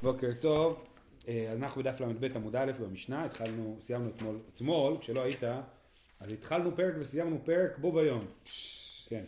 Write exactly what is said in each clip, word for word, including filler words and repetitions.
בוקר טוב, אנחנו בדף למד עמוד א' במשנה, התחלנו, סיימנו אתמול, אתמול, כשלא היית, אז התחלנו פרק וסיימנו פרק בו ביום. כן.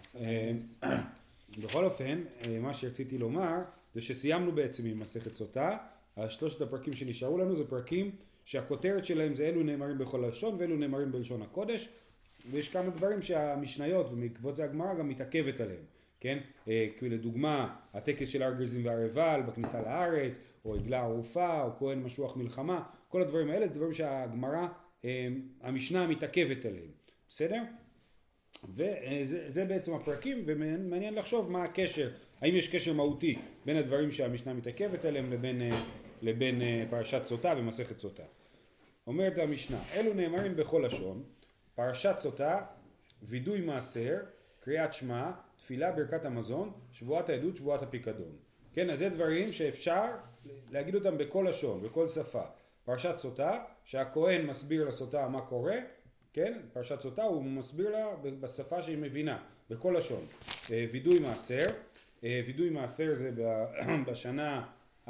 בכל אופן, מה שרציתי לומר, זה שסיימנו בעצם עם מסכת סוטה, השלושת הפרקים שנשארו לנו זה פרקים שהכותרת שלהם זה אלו נאמרים בכל לשון ואלו נאמרים בלשון הקודש, ויש כמה דברים שהמשניות ומעקבות זה הגמרא גם מתעכבת עליהם. כן? כי לדוגמה, הטקס של הר גריזים והרבל בכניסה לארץ, או עגלה ערופה, או כהן משוח מלחמה, כל הדברים האלה זה דברים שהגמרא, המשנה מתעכבת עליהם. בסדר? וזה זה בעצם הפרקים, ומעניין לחשוב מה הקשר, האם יש קשר מהותי בין הדברים שהמשנה מתעכבת עליהם לבין, לבין פרשת סוטה ומסכת סוטה. אומרת המשנה, אלו נאמרים בכל לשון, פרשת סוטה, וידוי מעשר, קריאת שמע, תפילה, ברכת המזון, שבועת העדות, שבועת הפיקדון. כן, אז זה דברים שאפשר להגיד אותם בכל לשון, בכל שפה. פרשת סוטה, שהכהן מסביר לסוטה מה קורה, כן, פרשת סוטה הוא מסביר לה בשפה שהיא מבינה, בכל לשון. וידוי מעשר, וידוי מעשר זה בשנה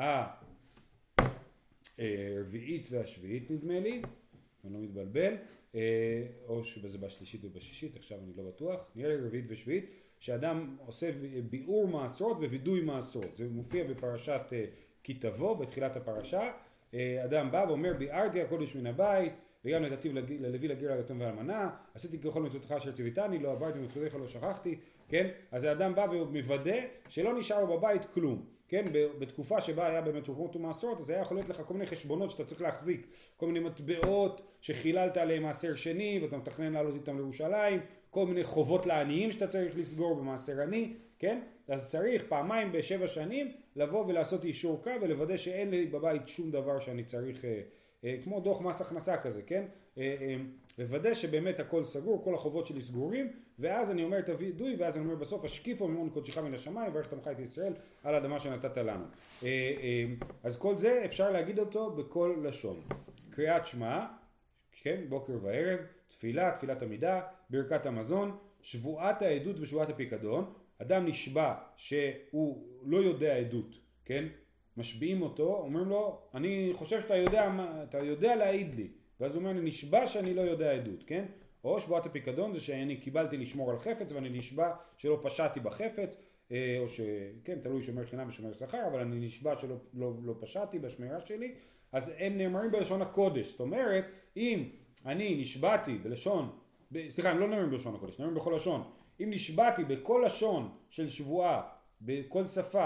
הרביעית והשביעית נדמה לי, אני לא מתבלבל, או שזה בשלישית ובשישית, עכשיו אני לא בטוח, נראה לי רביעית ושביעית, שאדם עושה ביאור מעשרות ווידוי מעשרות. זה מופיע בפרשת כי תבוא, בתחילת הפרשה. אדם בא ואומר, ביארתי הקודש מן הבית, וגם נתתי ללוי לגר ליתום ואלמנה, עשיתי ככל מצוותיך אשר ציוויתני, לא עברתי מצוותיך לא שכחתי, כן? אז האדם בא ומוודא שלא נשאר לו בבית כלום. כן, בתקופה שבה היה באמת תרומות ומעשרות, אז היה יכול להיות לך כל מיני חשבונות שאתה צריך להחזיק, כל מיני מטבעות שחיללת עליהם מעשר שני ואתה מתכנן לעלות איתם לירושלים, כל מיני חובות לעניים שאתה צריך לסגור במעשר עני, כן? אז צריך פעמיים בשבע שנים לבוא ולעשות אישור קו ולוודא שאין לי בבית שום דבר שאני צריך, אה, אה, כמו דוח מס הכנסה כזה, כן? אה, אה, לוודא שבאמת הכל סגור, כל החובות שלי סגורים, ואז אני אומר תביא דוי, ואז אני אומר בסוף השקיפו ממון קודשך מן השמיים, ואיך תמך את ישראל על האדמה שנתת לנו. אז כל זה אפשר להגיד אותו בכל לשון. קריאת שמע, כן, בוקר וערב, תפילה, תפילת עמידה, ברכת המזון, שבועת העדות ושבועת הפיקדון. אדם נשבע שהוא לא יודע עדות, כן? משביעים אותו, אומרים לו, אני חושב שאתה יודע, אתה יודע להעיד לי. ואז הוא אומר, אני נשבע שאני לא יודע עדות, כן? או שבועת הפיקדון זה שאני קיבלתי לשמור על חפץ ואני נשבע שלא פשעתי בחפץ, או שכן, תלוי שומר חינם ושומר שכר, אבל אני נשבע שלא לא, לא פשעתי בשמירה שלי, אז הם נאמרים בלשון הקודש. זאת אומרת, אם אני נשבעתי בלשון, ב, סליחה, הם לא נאמרים בלשון הקודש, נאמרים בכל לשון. אם נשבעתי בכל לשון של שבועה, בכל שפה,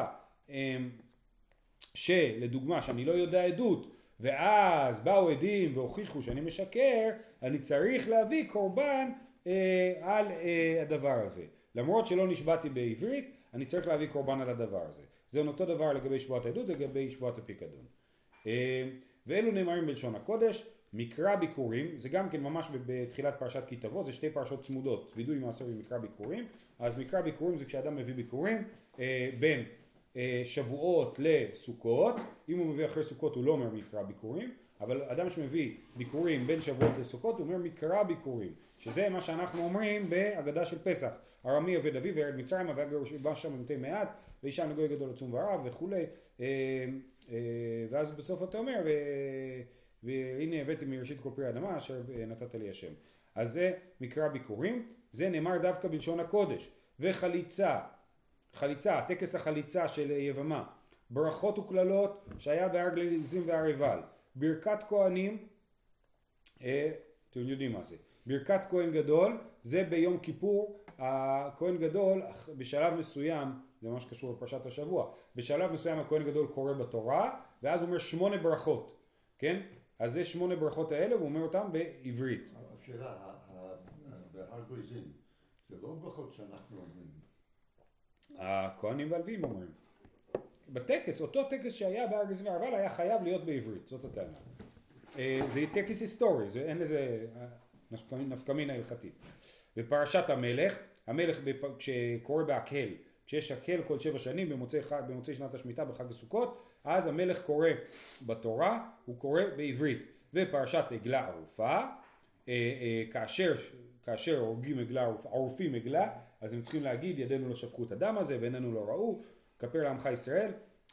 שלדוגמה שאני לא יודע עדות, ואז באו עדים והוכיחו שאני משקר, אני צריך להביא קורבן אה, על אה, הדבר הזה. למרות שלא נשבעתי בעברית, אני צריך להביא קורבן על הדבר הזה. זה אותו דבר לגבי שבועת העדות, לגבי שבועת הפיקדון. אה, ואלו נאמרים בלשון הקודש, מקרא ביקורים, זה גם כן ממש בתחילת פרשת כי תבוא, זה שתי פרשות צמודות, וידוי מעשר ומקרא ביקורים. אז מקרא ביקורים זה כשאדם מביא ביקורים אה, בין שבועות לסוכות. אם הוא מביא אחרי סוכות הוא לא אומר מקרא ביקורים, אבל אדם שמביא ביקורים בין שבועות לסוכות הוא אומר מקרא ביקורים, שזה מה שאנחנו אומרים בהגדה של פסח. ארמי עבד אביו וירד מצרימה והגר שם מתי מעט ואישה נגוי גדול עצום ורב וכולי, ואז בסוף אתה אומר והנה הבאתי מראשית כל פרי האדמה אשר נתת לי השם. אז זה מקרא ביקורים, זה נאמר דווקא בלשון הקודש. וחליצה, חליצה, טקס החליצה של יבמה, ברכות וכללות שהיה בהר גריזים והרבל, ברכת כהנים, אה, אתם יודעים מה זה, ברכת כהן גדול, זה ביום כיפור. הכהן גדול בשלב מסוים, זה ממש קשור לפרשת השבוע, בשלב מסוים הכהן גדול קורא בתורה, ואז הוא אומר שמונה ברכות, כן? אז זה שמונה ברכות האלה, הוא אומר אותם בעברית. השאלה, בהר גריזים, זה לא ברכות שאנחנו אומרים. הכהנים והלוויים אומרים. בטקס, אותו טקס שהיה בהר גריזים והרבל היה חייב להיות בעברית, זאת הטענה. זה טקס היסטורי, זה, אין לזה נפקא מינה הלכתית. בפרשת המלך, המלך כשקורא בהקהל, כשיש הקהל כל שבע שנים במוצאי, במוצאי שנת השמיטה בחג הסוכות, אז המלך קורא בתורה, הוא קורא בעברית. ופרשת עגלה ערופה, כאשר, כאשר הורגים עגלה, עורפים עגלה, אז הם צריכים להגיד ידינו לא שפכו את הדם הזה ועינינו לא ראו, כפר לעמך ישראל,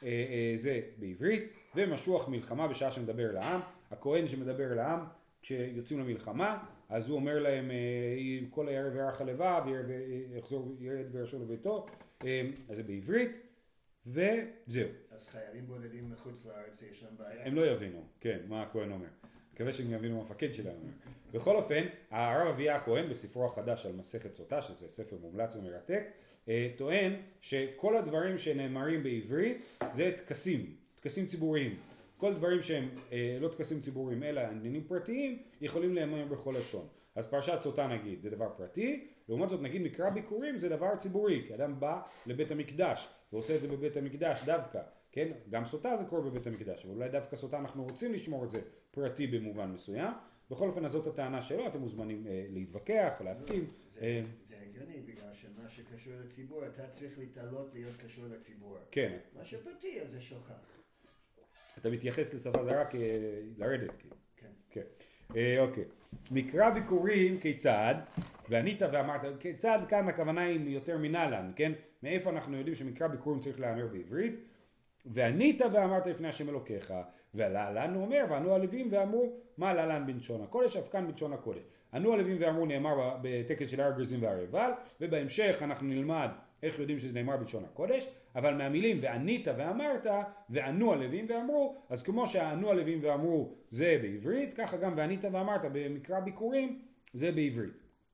זה בעברית, ומשוח מלחמה בשעה שמדבר לעם, הכהן שמדבר לעם כשיוצאים למלחמה, אז הוא אומר להם כל הערב ירח הלבב ויחזור ירד וירשו לביתו, אז זה בעברית וזהו. אז חיילים בודדים מחוץ לארץ יש להם בעיה? הם לא יבינו, כן, מה הכהן אומר. מקווה שהם יבינו מה המפקד שלהם אומר. בכל אופן, הרב אביה הכהן בספרו החדש על מסכת סוטה, שזה ספר מומלץ ומרתק, טוען שכל הדברים שנאמרים בעברית זה טקסים, טקסים ציבוריים. כל דברים שהם לא טקסים ציבוריים אלא עניינים פרטיים יכולים להיאמר בכל לשון. אז פרשת סוטה נגיד זה דבר פרטי, לעומת זאת נגיד מקרא ביקורים זה דבר ציבורי, כי אדם בא לבית המקדש ועושה את זה בבית המקדש דווקא, כן? גם סוטה זה קורה בבית המקדש, אבל אולי דווקא סוטה אנחנו רוצים לשמור את זה פרטי במובן מסוים. בכל אופן, אז זאת הטענה שלו, אתם מוזמנים אה, להתווכח, להסכים. זה, אה, זה הגיוני, בגלל שמה שקשור לציבור, אתה צריך להתעלות להיות קשור לציבור. כן. מה שפרטי, אז זה שלך. אתה מתייחס לשפה זרה כלרדת, כאילו. כן. כן. אה, אוקיי. מקרא ביקורים כיצד, וענית ואמרת, כיצד כאן הכוונה היא יותר מנהלן, כן? מאיפה אנחנו יודעים שמקרא ביקורים צריך להאמר בעברית? וענית ואמרת לפני השם אלוקיך, ולהלן הוא אומר, וענו הלווים ואמרו, מה להלן בלשון הקודש, אף כאן בלשון הקודש. ענו הלווים ואמרו נאמר בטקס של הר גריזים והר עיבל, ובהמשך אנחנו נלמד איך יודעים שזה נאמר בלשון הקודש, אבל מהמילים וענית ואמרת, וענו הלווים ואמרו, אז כמו שענו הלווים ואמרו זה בעברית, ככה גם וענית ואמרת במקרא ביקורים, זה בעברית.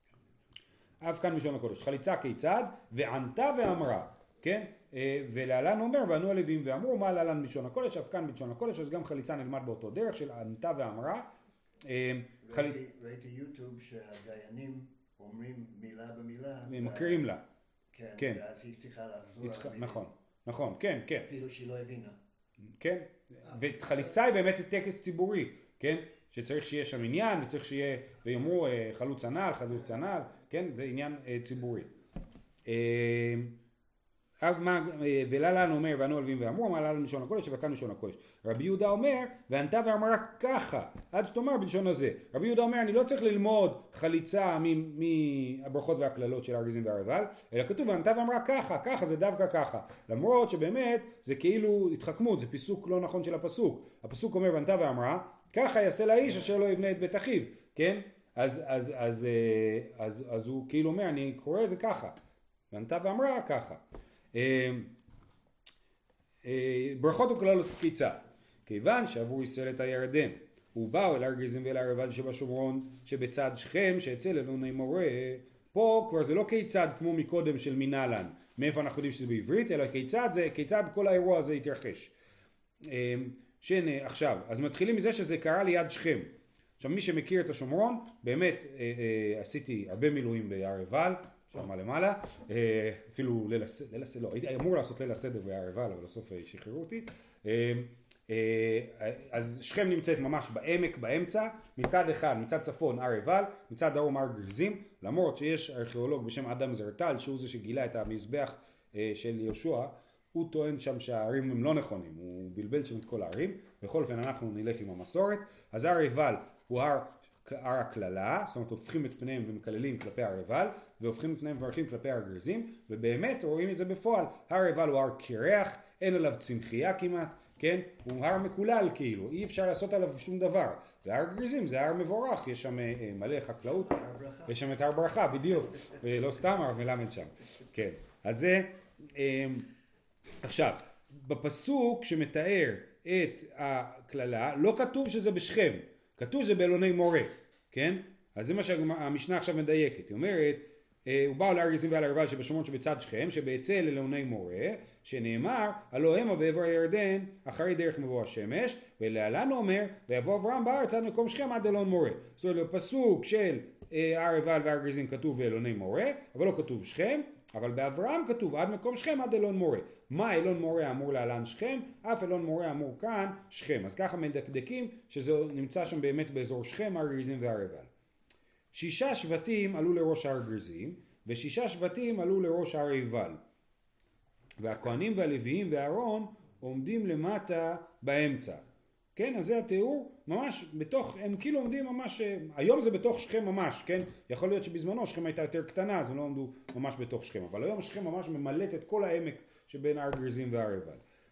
אף כאן בלשון הקודש. חליצה כיצד, וענתה ואמרה, כן? ולהלן אומר, וענו הלווים ואמרו, מה להלן בלשון הקודש, אף כאן בלשון הקודש, אז גם חליצה נלמד באותו דרך של ענתה ואמרה. ראיתי יוטיוב שהדיינים אומרים מילה במילה. הם מקריאים לה. כן, ואז היא צריכה לחזור. נכון, נכון, כן, כן. אפילו שהיא לא הבינה. כן, וחליצה היא באמת טקס ציבורי, כן? שצריך שיהיה שם עניין, וצריך שיהיה, ויאמרו חלוץ הנעל, חלוץ הנעל, כן? זה עניין ציבורי. ולהלן אומר, וענו הלווים ואמרו, מה להלן בלשון הקודש, וכאן בלשון הקודש. רבי יהודה אומר, וענתה ואמרה ככה, עד שתאמר בלשון הזה. רבי יהודה אומר, אני לא צריך ללמוד חליצה מהברכות והכללות של הר גריזים והר עיבל, אלא כתוב, וענתה ואמרה ככה, ככה זה דווקא ככה. למרות שבאמת זה כאילו התחכמות, זה פיסוק לא נכון של הפסוק. הפסוק אומר, וענתה ואמרה, ככה יעשה לאיש אשר לא יבנה את בית אחיו, כן? אז, אז, אז, אז, אז הוא כאילו אומר, אני קורא את זה ככה. וענתה ואמרה ככה. ברכות וכללות כיצד? כיוון שעברו ישראל את הירדן ובאו אל הר גריזים ואל הר עיבל שבשומרון שבצד שכם שאצל אלוני מורה, פה כבר זה לא כיצד כמו מקודם של מנהלן, מאיפה אנחנו יודעים שזה בעברית, אלא כיצד זה, כיצד כל האירוע הזה התרחש. שני, עכשיו, אז מתחילים מזה שזה קרה ליד שכם. עכשיו מי שמכיר את השומרון, באמת עשיתי הרבה מילואים בהר עיבל, שם למעלה, אפילו ליל הסדר, לא, הייתי אמור לעשות ליל הסדר בהר עיבל, אבל בסוף שחררו אותי. אז שכם נמצאת ממש בעמק, באמצע, מצד אחד, מצד צפון הר עיבל, מצד דרום הר גריזים, למרות שיש ארכיאולוג בשם אדם זרטל, שהוא זה שגילה את המזבח של יהושע, הוא טוען שם שהערים הם לא נכונים, הוא בלבל שם את כל הערים, בכל אופן אנחנו נלך עם המסורת. אז הר עיבל הוא הר הר הכללה, זאת אומרת הופכים את פניהם ומקללים כלפי הר עיבל, והופכים את פניהם ומברכים כלפי הר גריזים, ובאמת רואים את זה בפועל. הר עיבל הוא הר קרח, אין עליו צמחייה כמעט, כן? הוא הר מקולל כאילו, אי אפשר לעשות עליו שום דבר. והר גריזים זה הר מבורך, יש שם מלא חקלאות, יש שם את הר ברכה, בדיוק, ולא סתם הר מלמד שם, כן. אז זה, עכשיו, בפסוק שמתאר את הכללה, לא כתוב שזה בשכם, כתוב שזה באלוני מורה, כן? אז זה מה שהמשנה עכשיו מדייקת, היא אומרת, הוא בא להר גריזים ועל הר עיבל שבשומרון שבצד שכם, שבאצל אלוני מורה, שנאמר, הלא המה בעבר הירדן, אחרי דרך מבוא השמש, ולהלן הוא אומר, ויבוא אברהם בארץ עד מקום שכם עד אלון מורה. זאת אומרת, בפסוק של הר עיבל והר גריזים כתוב ואלוני מורה, אבל לא כתוב שכם, אבל באברהם כתוב עד מקום שכם עד אלון מורה. מה אלון מורה אמור להלן שכם? אף אלון מורה אמור כאן שכם. אז ככה מדקדקים שזה נמצא שם באמת באזור שכם, הר גריזים והר עיבל. שישה שבטים עלו לראש הר גריזים, ושישה שבטים עלו לראש הר עיבל. והכהנים והלוויים והארון עומדים למטה באמצע. כן, אז זה התיאור, ממש בתוך, הם כאילו עומדים ממש, היום זה בתוך שכם ממש, כן? יכול להיות שבזמנו שכם הייתה יותר קטנה, אז הם לא עומדו ממש בתוך שכם, אבל היום שכם ממש ממלאת את כל העמק שבין הר גריזים והר עיבל.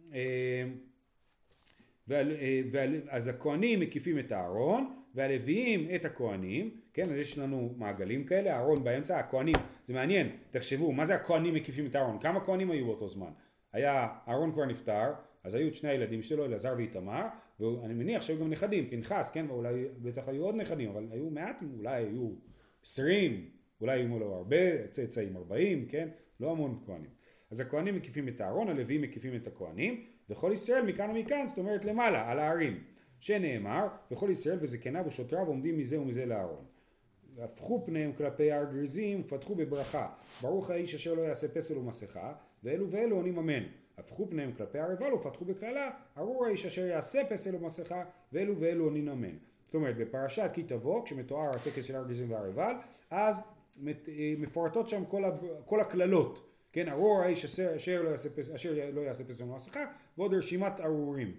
ועל, ועל, אז הכהנים מקיפים את הארון, והלוויים את הכהנים, כן, אז יש לנו מעגלים כאלה, הארון באמצע, הכהנים, זה מעניין, תחשבו, מה זה הכהנים מקיפים את הארון? כמה כהנים היו באותו זמן? היה, הארון כבר נפטר, אז היו את שני הילדים שלו, אלעזר ואיתמר, ואני מניח שהיו גם נכדים, פנחס, כן, ואולי בטח היו עוד נכדים, אבל היו מעט, אולי היו עשרים, אולי היו לו הרבה, צאצאים ארבעים, כן, לא המון כהנים. אז הכהנים מקיפים את הארון, הלוויים מקיפים את הכהנים, וכל ישראל מכאן ומכאן, זאת אומרת למעלה, על הערים, שנאמר, וכל ישראל וזקניו ושוטריו עומדים מזה ומזה לארון. הפכו פניהם כלפי הר גריזים, פתחו בברכה, ברוך האיש אשר לא יעשה פסל ומסכה, ואלו ואלו עונים אמן. הפכו פניהם כלפי הר עיבל ופתחו בקללה, ארור האיש אשר יעשה פסל ומסכה, ואלו ואלו עונים אמן. זאת אומרת, בפרשת כי תבוא, כשמתואר הטקס של הר גריזים והר עיבל, אז מפורטות שם כל, כל הכללות. כן, ארור האיש אשר, אשר, לא יעשה, אשר לא יעשה פסל ומסכה, ועוד רשימת ארורים.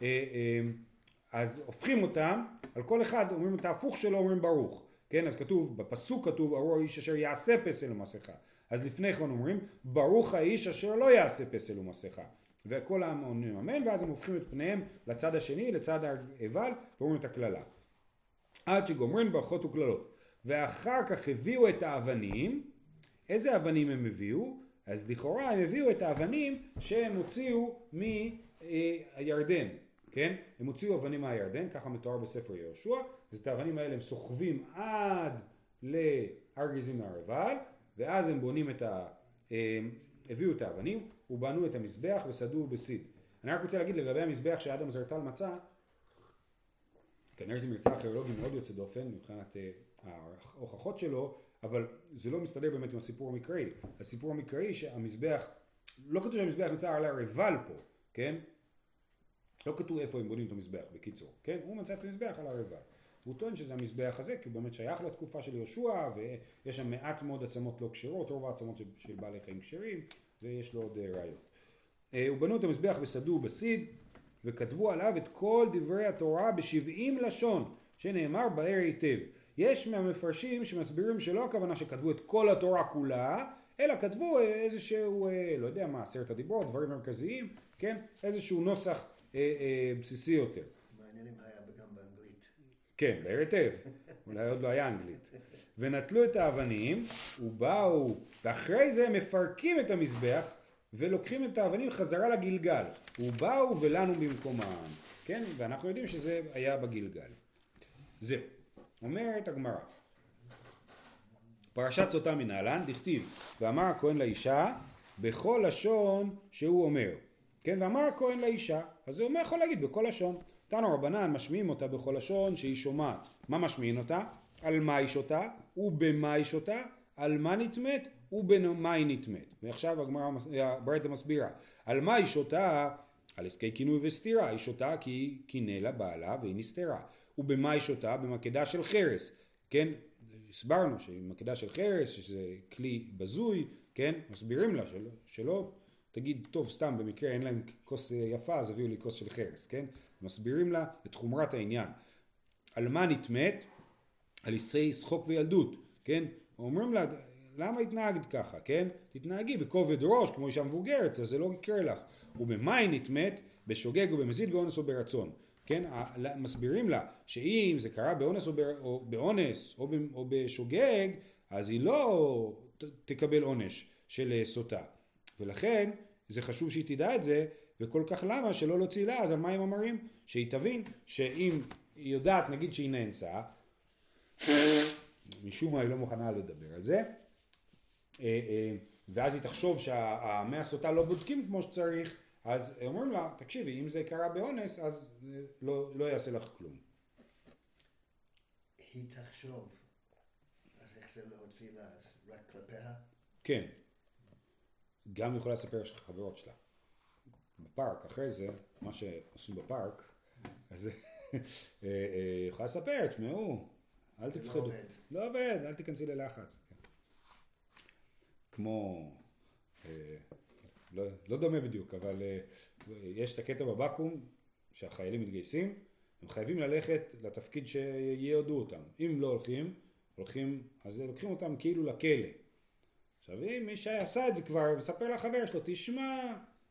אז הופכים אותם, על כל אחד אומרים את ההפוך שלו, אומרים ברוך. כן, אז כתוב, בפסוק כתוב, ארור האיש אשר יעשה פסל ומסכה. אז לפני כן אומרים, ברוך האיש אשר לא יעשה פסל ומסכה. וכל העם אומרים אמן, ואז הם הופכים את פניהם לצד השני, לצד העיבל, ואומרים את הכללה. עד שגומרים ברכות וכללות. ואחר כך הביאו את האבנים. איזה אבנים הם הביאו? אז לכאורה הם הביאו את האבנים שהם הוציאו מהירדן. כן? הם הוציאו אבנים מהירדן, ככה מתואר בספר יהושע. אז את האבנים האלה הם סוחבים עד להר גריזים והר עיבל, ואז הם בונים את ה... הביאו את האבנים ובנו את המזבח וסדו בסיד. אני רק רוצה להגיד לגבי המזבח שאדם זרטל מצא, כנראה זה מרצה ארכיאולוגי מאוד יוצא דופן מבחינת ההוכחות שלו, אבל זה לא מסתדר באמת עם הסיפור המקראי. הסיפור המקראי שהמזבח, לא כתוב שהמזבח נמצא על הר עיבל פה, כן? לא כתוב איפה הם בונים את המזבח, בקיצור, כן? הוא מצא את המזבח על הר עיבל. הוא טוען שזה המזבח הזה, כי הוא באמת שייך לתקופה של יהושע, ויש שם מעט מאוד עצמות לא כשרות, רוב העצמות של, של בעלי חיים כשרים, ויש לו עוד ראיות. הוא בנו את המזבח וסדו בסיד, וכתבו עליו את כל דברי התורה בשבעים לשון, שנאמר באר היטב. יש מהמפרשים שמסבירים שלא הכוונה שכתבו את כל התורה כולה, אלא כתבו איזשהו, לא יודע מה, עשרת הדיברות, דברים מרכזיים, כן? איזשהו נוסח אה, אה, בסיסי יותר. מעניין אם היה גם באנגלית. כן, באר היטב. אולי עוד לא היה אנגלית. ונטלו את האבנים, ובאו, ואחרי זה הם מפרקים את המזבח, ולוקחים את האבנים חזרה לגלגל. ובאו ולנו במקומם. כן? ואנחנו יודעים שזה היה בגלגל. זהו. אומרת הגמרא. פרשת סוטה מנהלן, דכתיב, ואמר הכהן לאישה, בכל לשון שהוא אומר. כן? ואמר הכהן לאישה. אז הוא אומר, יכול להגיד, בכל לשון. תנו רבנן משמיעים אותה בכל לשון שהיא שומעת. מה משמיעים אותה? על מה איש אותה? ובמה איש אותה? על מה נטמאת? ובמה היא נטמאת. ועכשיו הגמרא, ברייתא מסבירה. על מה איש אותה? על עסקי כינוי וסתירה. איש אותה כי קינא לה בעלה והיא נסתרה. ובמה איש אותה? במקדה של חרס. כן? הסברנו שמקדה של חרס, שזה כלי בזוי, כן? מסבירים לה שלא, שלא תגיד, טוב, סתם במקרה אין להם כוס יפה, אז הביאו לי כוס של חרס, כן? מסבירים לה את חומרת העניין. על מה נטמאת? על עשי שחוק וילדות, כן? אומרים לה, למה התנהגת ככה, כן? תתנהגי בכובד ראש, כמו אישה מבוגרת, אז זה לא יקרה לך. ובמה היא נטמאת? בשוגג ובמזיד, באונס או ברצון. כן? מסבירים לה שאם זה קרה באונס או, או, באונס או, או בשוגג, אז היא לא ת, תקבל עונש של סוטה. ולכן זה חשוב שהיא תדע את זה, וכל כך למה שלא להוציא לה, אז על מה הם אמרים? שהיא תבין שאם היא יודעת, נגיד שהיא נאנסה, משום מה היא לא מוכנה לדבר על זה, ואז היא תחשוב שהמי הסוטה לא בודקים כמו שצריך, אז אומרים לה, תקשיבי, אם זה קרה באונס, אז לא, לא יעשה לך כלום. היא תחשוב, אז איך זה להוציא לה, רק כלפיה? כן. גם יכולה לספר חברות שלה. בפארק, אחרי זה, מה שעושים בפארק, אז יכולה לספר, תשמעו, אל תפחדו. לא עובד. לא עובד, אל תיכנסי ללחץ. כמו... לא, לא דומה בדיוק, אבל uh, יש את הקטע בבקו"ם שהחיילים מתגייסים, הם חייבים ללכת לתפקיד שיעודו אותם. אם לא הולכים, הולכים, אז לוקחים אותם כאילו לכלא. עכשיו, אם מי שעשה את זה כבר, מספר לחבר שלו, תשמע,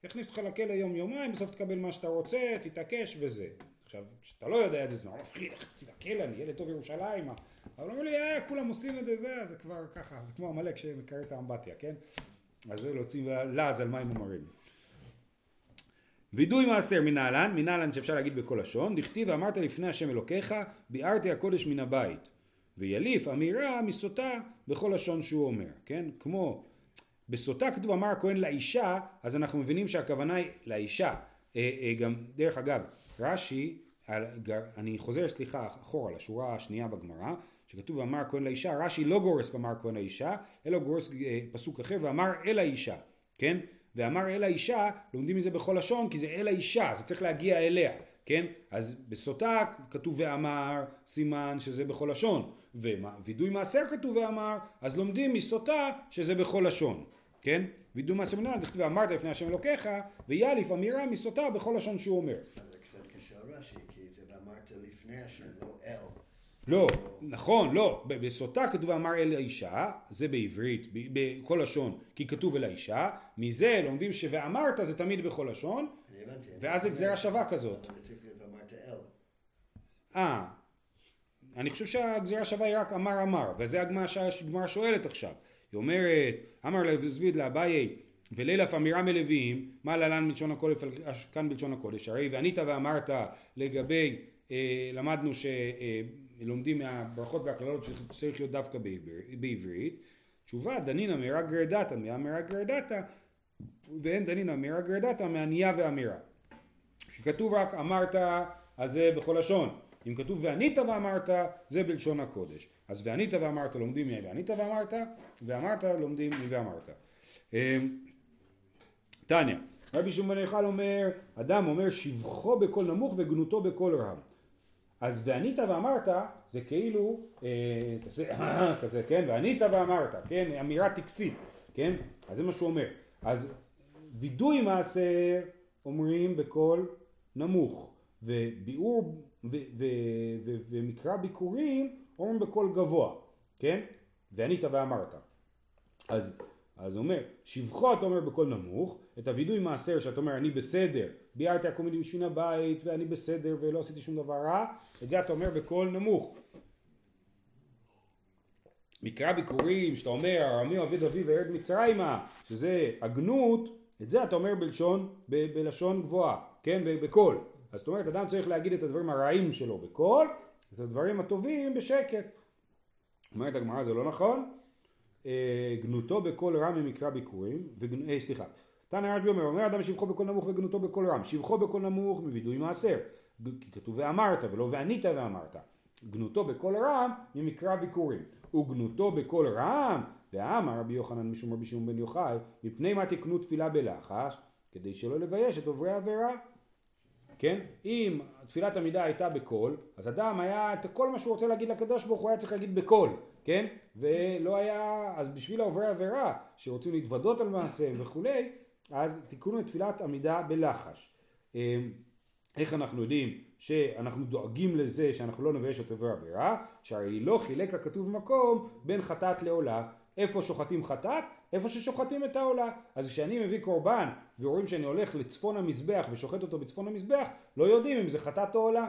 יכניס אותך לכלא יום יומיים, בסוף תקבל מה שאתה רוצה, תתעקש וזה. עכשיו, כשאתה לא יודע את זה, זה נורא מפחיד, הכנסתי לכלא, אני ילד טוב ירושלים, אבל אומרים לי, אה, כולם עושים את זה, זה, זה כבר ככה, זה כמו המלאק שמקרא את האמבטיה, כן? אז זה להוציא לעז על מים ומרים. וידוי מעשר מנהלן, מנהלן שאפשר להגיד בכל לשון, דכתיב ואמרת לפני השם אלוקיך, ביארתי הקודש מן הבית, ויליף אמירה מסוטה בכל לשון שהוא אומר, כן? כמו בסוטה כתוב אמר הכהן לאישה, אז אנחנו מבינים שהכוונה היא לאישה. אה, אה, גם דרך אגב, רש"י, אני חוזר סליחה אחורה לשורה השנייה בגמרא, שכתוב ואמר הכהן לאישה, רש"י לא גורס ואמר הכהן לאישה, אלא גורס אה, פסוק אחר ואמר אל האישה, כן? ואמר אל האישה, לומדים מזה בכל לשון, כי זה אל האישה, זה צריך להגיע אליה, כן? אז בסוטה כתוב ואמר, סימן שזה בכל לשון, ווידוי מעשר כתוב ואמר, אז לומדים מסוטה שזה בכל לשון, כן? וידוי מעשר מנהלן, דכתיב ואמרת לפני השם אלוקיך, ויליף אמירה מסוטה בכל לשון שהוא אומר. זה קצת קשה רש"י, כי זה ואמרת לפני השם, לא אל. לא, נכון, לא, בסוטה כתוב אמר אל האישה, זה בעברית, בכל לשון, כי כתוב אל האישה, מזה לומדים שוואמרת זה תמיד בכל לשון, ואז זה גזירה שווה כזאת. אבל צריך להיות ואמרת אל. אה, אני חושב שהגזירה שווה היא רק אמר אמר, וזה הגמרא שואלת עכשיו, היא אומרת, אמר לזביד לאביי, ולילף אמירה מלוויים, מה ללן בלשון הקודש, כאן בלשון הקודש, הרי וענית ואמרת לגבי, אה, למדנו ש... אה, לומדים מהברכות והכללות שצריך להיות דווקא בעברית. תשובה, דנינא מאירא גרדתא, מאמירא גרדתא, ואין דנינא מאירא גרדתא, מענייה ואמירה. כשכתוב רק אמרת, אז זה בכל לשון. אם כתוב וענית ואמרת, זה בלשון הקודש. אז וענית ואמרת לומדים מווענית ואמרת, ואמרת לומדים מוואמרת. תניא, רבי שמעון בן יוחאי אומר, אדם אומר שבחו בקול נמוך וגנותו בקול רם. אז וענית ואמרת זה כאילו אה, כזה, כזה, כן, וענית ואמרת, כן, אמירה טקסית, כן, אז זה מה שהוא אומר. אז וידוי מעשר אומרים בקול נמוך, וביאור ו, ו, ו, ומקרא ביקורים אומרים בקול גבוה, כן, וענית ואמרת. אז אז אומר, שבחו אתה אומר בקול נמוך, את הוידוי מעשר שאתה אומר אני בסדר, ביארתי הקומדי משבין הבית ואני בסדר ולא עשיתי שום דבר רע, את זה אתה אומר בקול נמוך. מקרא ביקורים שאתה אומר ארמי עבד אביו וירד מצרימה, שזה הגנות, את זה אתה אומר בלשון, ב- בלשון גבוהה, כן, בקול. אז זאת אומרת אדם צריך להגיד את הדברים הרעים שלו בקול, את הדברים הטובים בשקט. אומרת הגמרא זה לא נכון, גנותו בקול רם ממקרא ביקורים, וגנ... אה, סליחה, תנא רבי אומר, אומר אדם שבחו בקול נמוך וגנותו בקול רם, שבחו בקול נמוך מווידוי מעשר, כי כתוב ואמרת ולא וענית ואמרת, גנותו בקול רם ממקרא ביקורים, וגנותו בקול רם, ואמר רבי יוחנן משום רבי שמעון בן יוחאי, מפני מה תקנו תפילה בלחש, כדי שלא לבייש את עוברי העבירה. כן? אם תפילת עמידה הייתה בקול, אז אדם היה את כל מה שהוא רוצה להגיד לקדוש ברוך הוא היה צריך להגיד בקול, כן? ולא היה, אז בשביל העוברי עבירה שרוצים להתוודות על מעשה וכולי, אז תיקנו את תפילת עמידה בלחש. איך אנחנו יודעים שאנחנו דואגים לזה שאנחנו לא נבייש את עוברי עבירה? שהרי לא חילק הכתוב מקום בין חטאת לעולה. איפה שוחטים חטאת? איפה ששוחטים את העולה. אז כשאני מביא קורבן ורואים שאני הולך לצפון המזבח ושוחט אותו בצפון המזבח, לא יודעים אם זה חטאת או עולה.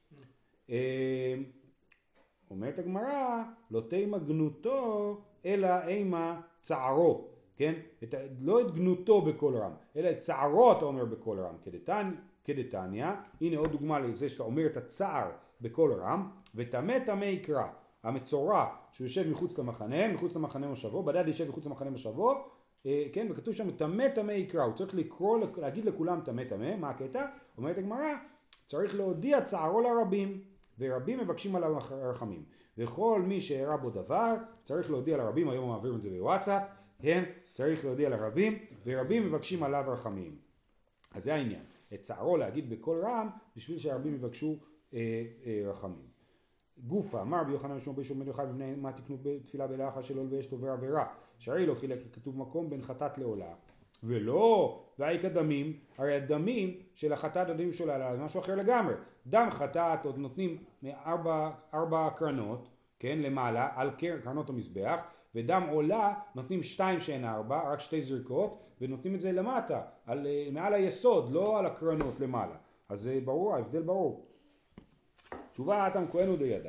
אומרת הגמרא, לא תימא גנותו אלא אימא צערו, כן? את, לא את גנותו בקול רם, אלא את צערו אתה אומר בקול רם. כדתניא, הנה עוד דוגמה לזה שאתה אומר את הצער בקול רם, וטמא טמא יקרא. המצורע שהוא יושב מחוץ למחנה, מחוץ למחנה מושבו, בדד יושב מחוץ למחנה מושבו, אה, כן, וכתוב שם טמא טמא יקרא, הוא צריך לקרוא, להגיד לכולם טמא טמא, מה הקטע? אומרת הגמרא, צריך להודיע צערו לרבים, ורבים מבקשים עליו רחמים, וכל מי שהראה בו דבר, צריך להודיע לרבים, היום מעבירים את זה בוואטסאפ, כן, צריך להודיע לרבים, ורבים מבקשים עליו רחמים. אז זה העניין, את צערו להגיד בקול רם, בשביל שהרבים מבקשו אה, אה, רחמים. גופה, אמר רבי יוחנן משום רבי שמעון בן יוחאי, מפני מה תקנו בתפילה בלחש שלא לבייש את עובר עבירה, שהרי לא חילק כתוב מקום בין חטאת לעולה, ולא, והיק הדמים, הרי הדמים של החטאת הדמים של העולה, זה משהו אחר לגמרי. דם חטאת עוד נותנים מארבע ארבע קרנות, כן, למעלה, על קרנות המזבח, ודם עולה נותנים שתיים שאין ארבע, רק שתי זריקות, ונותנים את זה למטה, על, מעל היסוד, לא על הקרנות למעלה. אז זה ברור, ההבדל ברור. תשובה, אתם כהן הוא דידע.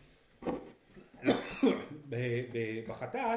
בחטאת,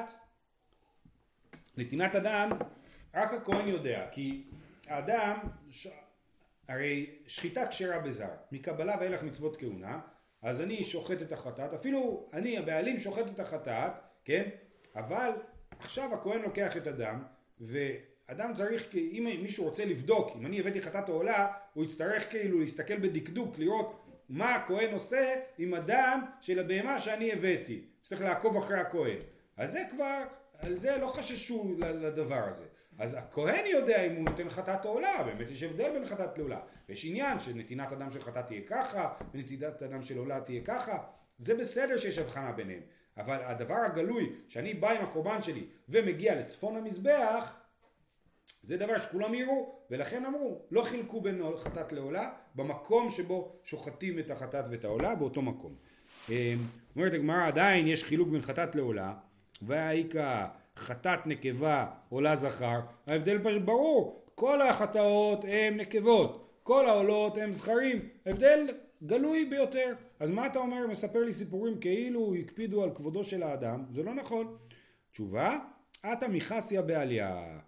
נתינת אדם, רק הכהן יודע, כי האדם, ש... הרי שחיטה כשרה בזר, מקבלה ואילך מצוות כהונה, אז אני שוחט את החטאת, אפילו אני הבעלים שוחט את החטאת, כן? אבל עכשיו הכהן לוקח את הדם, ואדם צריך, אם מישהו רוצה לבדוק, אם אני הבאתי חטאת העולה, הוא יצטרך כאילו להסתכל בדקדוק, לראות מה הכהן עושה עם הדם של הבהמה שאני הבאתי. צריך לעקוב אחרי הכהן. אז זה כבר, על זה לא חששו לדבר הזה. אז הכהן יודע אם הוא נותן חטאת העולה, באמת יש הבדל בין חטאת לעולה. יש עניין שנתינת אדם של חטאת תהיה ככה, ונתינת אדם של עולה תהיה ככה. זה בסדר שיש הבחנה ביניהם. אבל הדבר הגלוי, שאני בא עם הקורבן שלי ומגיע לצפון המזבח, זה דבר שכולם יראו, ולכן אמרו, לא חילקו בין חטאת לעולה, במקום שבו שוחטים את החטאת ואת העולה, באותו מקום. אומרת הגמרא, עדיין יש חילוק בין חטאת לעולה, והאיקה חטאת נקבה, עולה זכר, ההבדל פשוט ברור, כל החטאות הם נקבות, כל העולות הם זכרים, הבדל גלוי ביותר. אז מה אתה אומר, מספר לי סיפורים כאילו הקפידו על כבודו של האדם, זה לא נכון. תשובה, אתה מחסיה בעליה.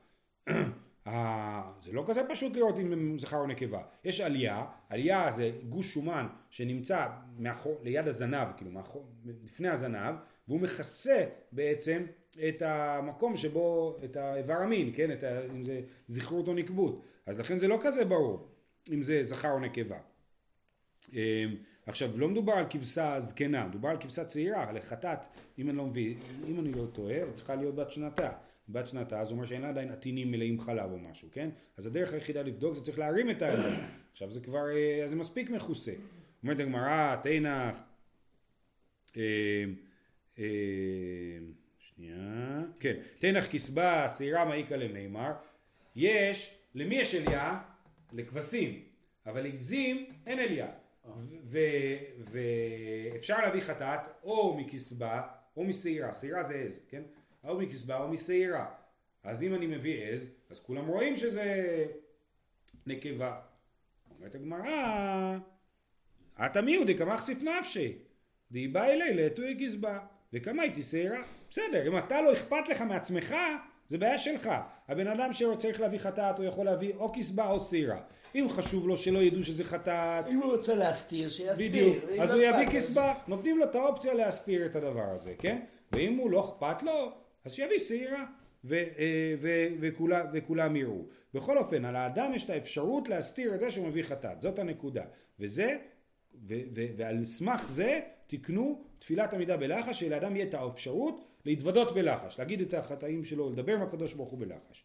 זה לא כזה פשוט לראות אם הם זכר או נקבה. יש עלייה, עלייה זה גוש שומן שנמצא מאחור, ליד הזנב, כאילו מאחור, לפני הזנב, והוא מכסה בעצם את המקום שבו, את האיבר המין, כן? את ה, אם זה זכרות או נקבות. אז לכן זה לא כזה ברור אם זה זכר או נקבה. עכשיו, לא מדובר על כבשה זקנה, מדובר על כבשה צעירה, לחטאת, אם אני לא מבין, אם אני לא טועה, צריכה להיות בת שנתה. בת שנתה, זה אומר שאין לה עדיין עטינים מלאים חלב או משהו, כן? אז הדרך היחידה לבדוק זה צריך להרים את העיניים. עכשיו זה כבר, זה מספיק מכוסה. אומרת הגמרא, תנח, שנייה, כן, תנח כסבה, שעירה מעיקה למימר, יש, למי יש אליה? לכבשים, אבל לעזים אין אליה. ואפשר להביא חטאת או מכסבה או משעירה, שעירה זה עז, כן? או מכסבה או משעירה. אז אם אני מביא עז, אז כולם רואים שזה נקבה. אומרת הגמרא, אתה מי הוא דקמח סיף נפשי, די בא אלי לאתוי גזבה, וכמה הייתי שעירה. בסדר, אם אתה לא אכפת לך מעצמך, זה בעיה שלך. הבן אדם שצריך להביא חטאת, הוא יכול להביא או כסבה או שעירה. אם חשוב לו שלא ידעו שזה חטאת, אם הוא רוצה להסתיר, שיסתיר. בדיוק, אז הוא יביא כסבה, נותנים לו את האופציה להסתיר את הדבר הזה, כן? ואם הוא לא אכפת לו, אז שיביא שעירה, וכולם יראו. בכל אופן, על האדם יש את האפשרות להסתיר את זה שהוא מביא חטאת, זאת הנקודה. וזה, ועל סמך זה, תקנו תפילת עמידה בלחש, שלאדם יהיה את האפשרות להתוודות בלחש, להגיד את החטאים שלו, לדבר עם הקדוש ברוך הוא בלחש.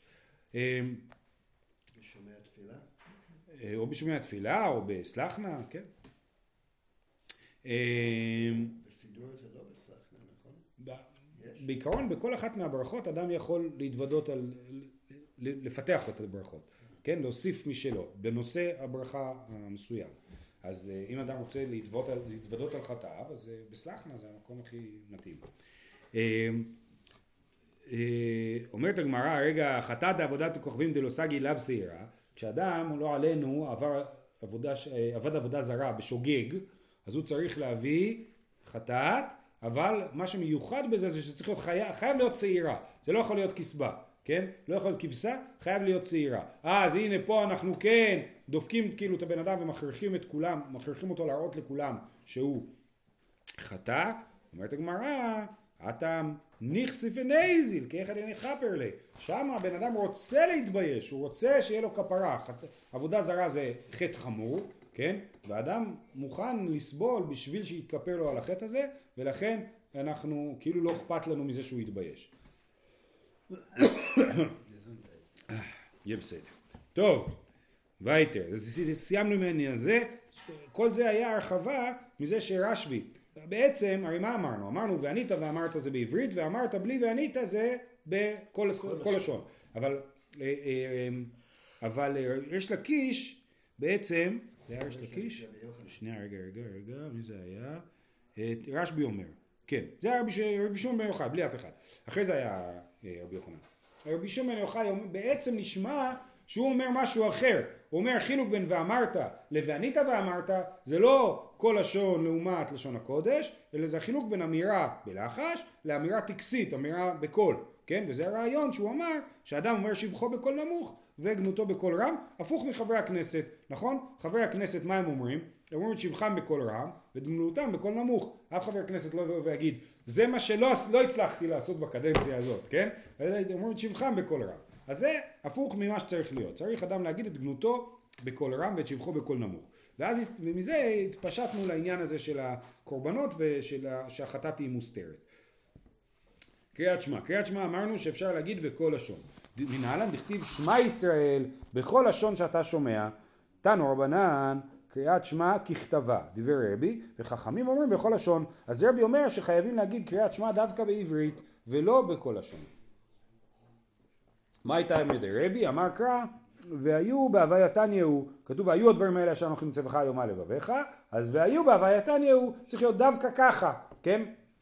בשומע תפילה? או בשומע תפילה, או בסלחנה, כן. בסידור זה לא בסלחנה, נכון? בעיקרון, בכל אחת מהברכות, אדם יכול להתוודות על, לפתח את הברכות, כן, להוסיף משלו, בנושא הברכה המסוים. אז אם אדם רוצה להתוודות על, להתוודות על חטאיו, אז בסלחנה זה המקום הכי מתאים. אומרת הגמרא, רגע, חטאת עבודת הכוכבים דלא סגי לאו שעירה, כשאדם, לא עלינו, עבר עבודה, עבד עבודה זרה בשוגג, אז הוא צריך להביא חטאת, אבל מה שמיוחד בזה זה שצריך להיות חייב, חייב להיות שעירה, זה לא יכול להיות כסבה, כן? לא יכול להיות כבשה, חייב להיות שעירה. אה, אז הנה פה אנחנו כן דופקים כאילו את הבן אדם ומכריחים את כולם, מכריחים אותו להראות לכולם שהוא חטא. אומרת הגמרא, אתם נכסי ונזיל, כאחד אין חפר לי. שם הבן אדם רוצה להתבייש, הוא רוצה שיהיה לו כפרה. חט... עבודה זרה זה חטא חמור, כן? ואדם מוכן לסבול בשביל שיתכפר לו על החטא הזה, ולכן אנחנו, כאילו לא אכפת לנו מזה שהוא יתבייש. יהיה בסדר. טוב, וייטר, אז סיימנו מהעניין הזה, כל זה היה הרחבה מזה שרשב"י, בעצם, הרי מה אמרנו? אמרנו וענית ואמרת זה בעברית, ואמרת בלי וענית זה בכל לשון. אבל, אבל יש לקיש, בעצם, זה היה יש לקיש? שנייה, רגע, רגע, רגע, מי זה היה? רשב"י אומר, כן, זה היה רבי שמעון בן יוחאי, בלי אף אחד. אחרי זה היה רבי יוחנן. רבי שמעון בר יוחאי בעצם נשמע שהוא אומר משהו אחר. הוא אומר חילוק בין ואמרת לווענית ואמרת, זה לא כל לשון לעומת לשון הקודש, אלא זה החילוק בין אמירה בלחש לאמירה טקסית, אמירה בקול, כן? וזה הרעיון שהוא אמר שאדם אומר שבחו בקול נמוך וגנותו בקול רם, הפוך מחברי הכנסת, נכון? חברי הכנסת מה הם אומרים? הם אומרים את שבחם בקול רם וגנותם בקול נמוך. אף חבר הכנסת לא יבוא ויגיד זה מה שלא לא הצלחתי לעשות בקדנציה הזאת, כן? הם אומרים את שבחם בקול רם. אז זה הפוך ממה שצריך להיות. צריך אדם להגיד את גנותו בקול רם ואת שבחו בקול נמוך. ואז מזה התפשטנו לעניין הזה של הקורבנות ושהחטאת היא מוסתרת. קריאת שמע. קריאת שמע אמרנו שאפשר להגיד בכל לשון. מנהלן דכתיב שמע ישראל בכל לשון שאתה שומע. תנו רבנן קריאת שמע ככתבה. דבר רבי וחכמים אומרים בכל לשון. אז רבי אומר שחייבים להגיד קריאת שמע דווקא בעברית ולא בכל לשון. מה הייתה עמד רבי? אמר קרא והיו בהווייתן יהיו, כתוב והיו הדברים האלה אשר אנוכי מצווך היום על לבביך, אז והיו בהווייתן יהיו צריך להיות דווקא ככה, כן?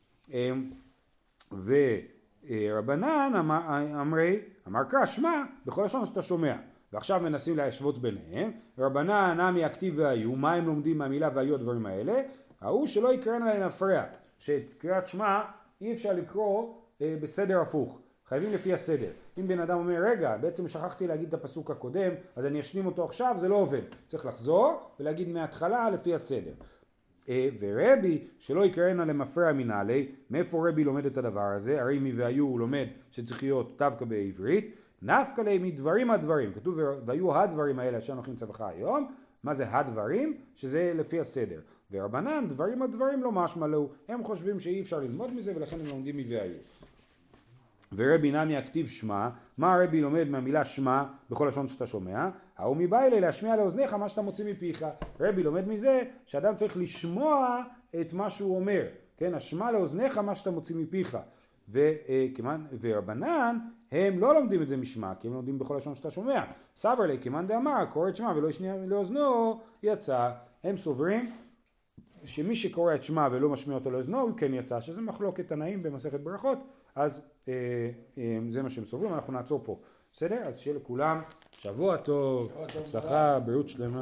ורבנן אמרי, אמר קרא שמע בכל לשון שאתה שומע, ועכשיו מנסים להשוות ביניהם. רבנן נמי הכתיב והיו, מה הם לומדים מהמילה והיו הדברים האלה? ההוא שלא יקראנה להם מפרע, שאת קריאת שמע אי אפשר לקרוא אה, בסדר הפוך, חייבים לפי הסדר. אם בן אדם אומר רגע בעצם שכחתי להגיד את הפסוק הקודם אז אני אשלים אותו עכשיו, זה לא עובד, צריך לחזור ולהגיד מההתחלה לפי הסדר. אה, ורבי שלא יקראנה למפרע מנהלי, מאיפה רבי לומד את הדבר הזה? הרי מי והיו הוא לומד שצריך להיות דווקא בעברית, נפקא ליה מדברים הדברים, כתוב והיו הדברים האלה אשר אנוכי מצווך היום. מה זה הדברים? שזה לפי הסדר. ורבנן דברים הדברים לא משמע לו, הם חושבים שאי אפשר ללמוד מזה ולכן הם לומדים מוהיו. ורבי נמי הכתיב שמע, מה רבי לומד מהמילה שמע בכל לשון שאתה שומע? ההוא מבעילה להשמיע לאוזניך מה שאתה מוציא מפיך. רבי לומד מזה שאדם צריך לשמוע את מה שהוא אומר, כן? השמע לאוזניך מה שאתה מוציא מפיך. וכמן, ורבנן הם לא לומדים את זה משמע, כי הם לומדים בכל לשון שאתה שומע. סבר לי כמן דאמר קורא את שמע ולא ישמיע לאוזנו יצא. הם סוברים שמי שקורא את שמע ולא משמיע אותו לאוזנו הוא כן יצא, שזה מחלוקת תנאים במסכת ברכות. אז אה, אה, זה מה שהם סוברים. אנחנו נעצור פה, בסדר? אז שיהיה לכולם שבוע טוב, הצלחה, בריאות שלמה.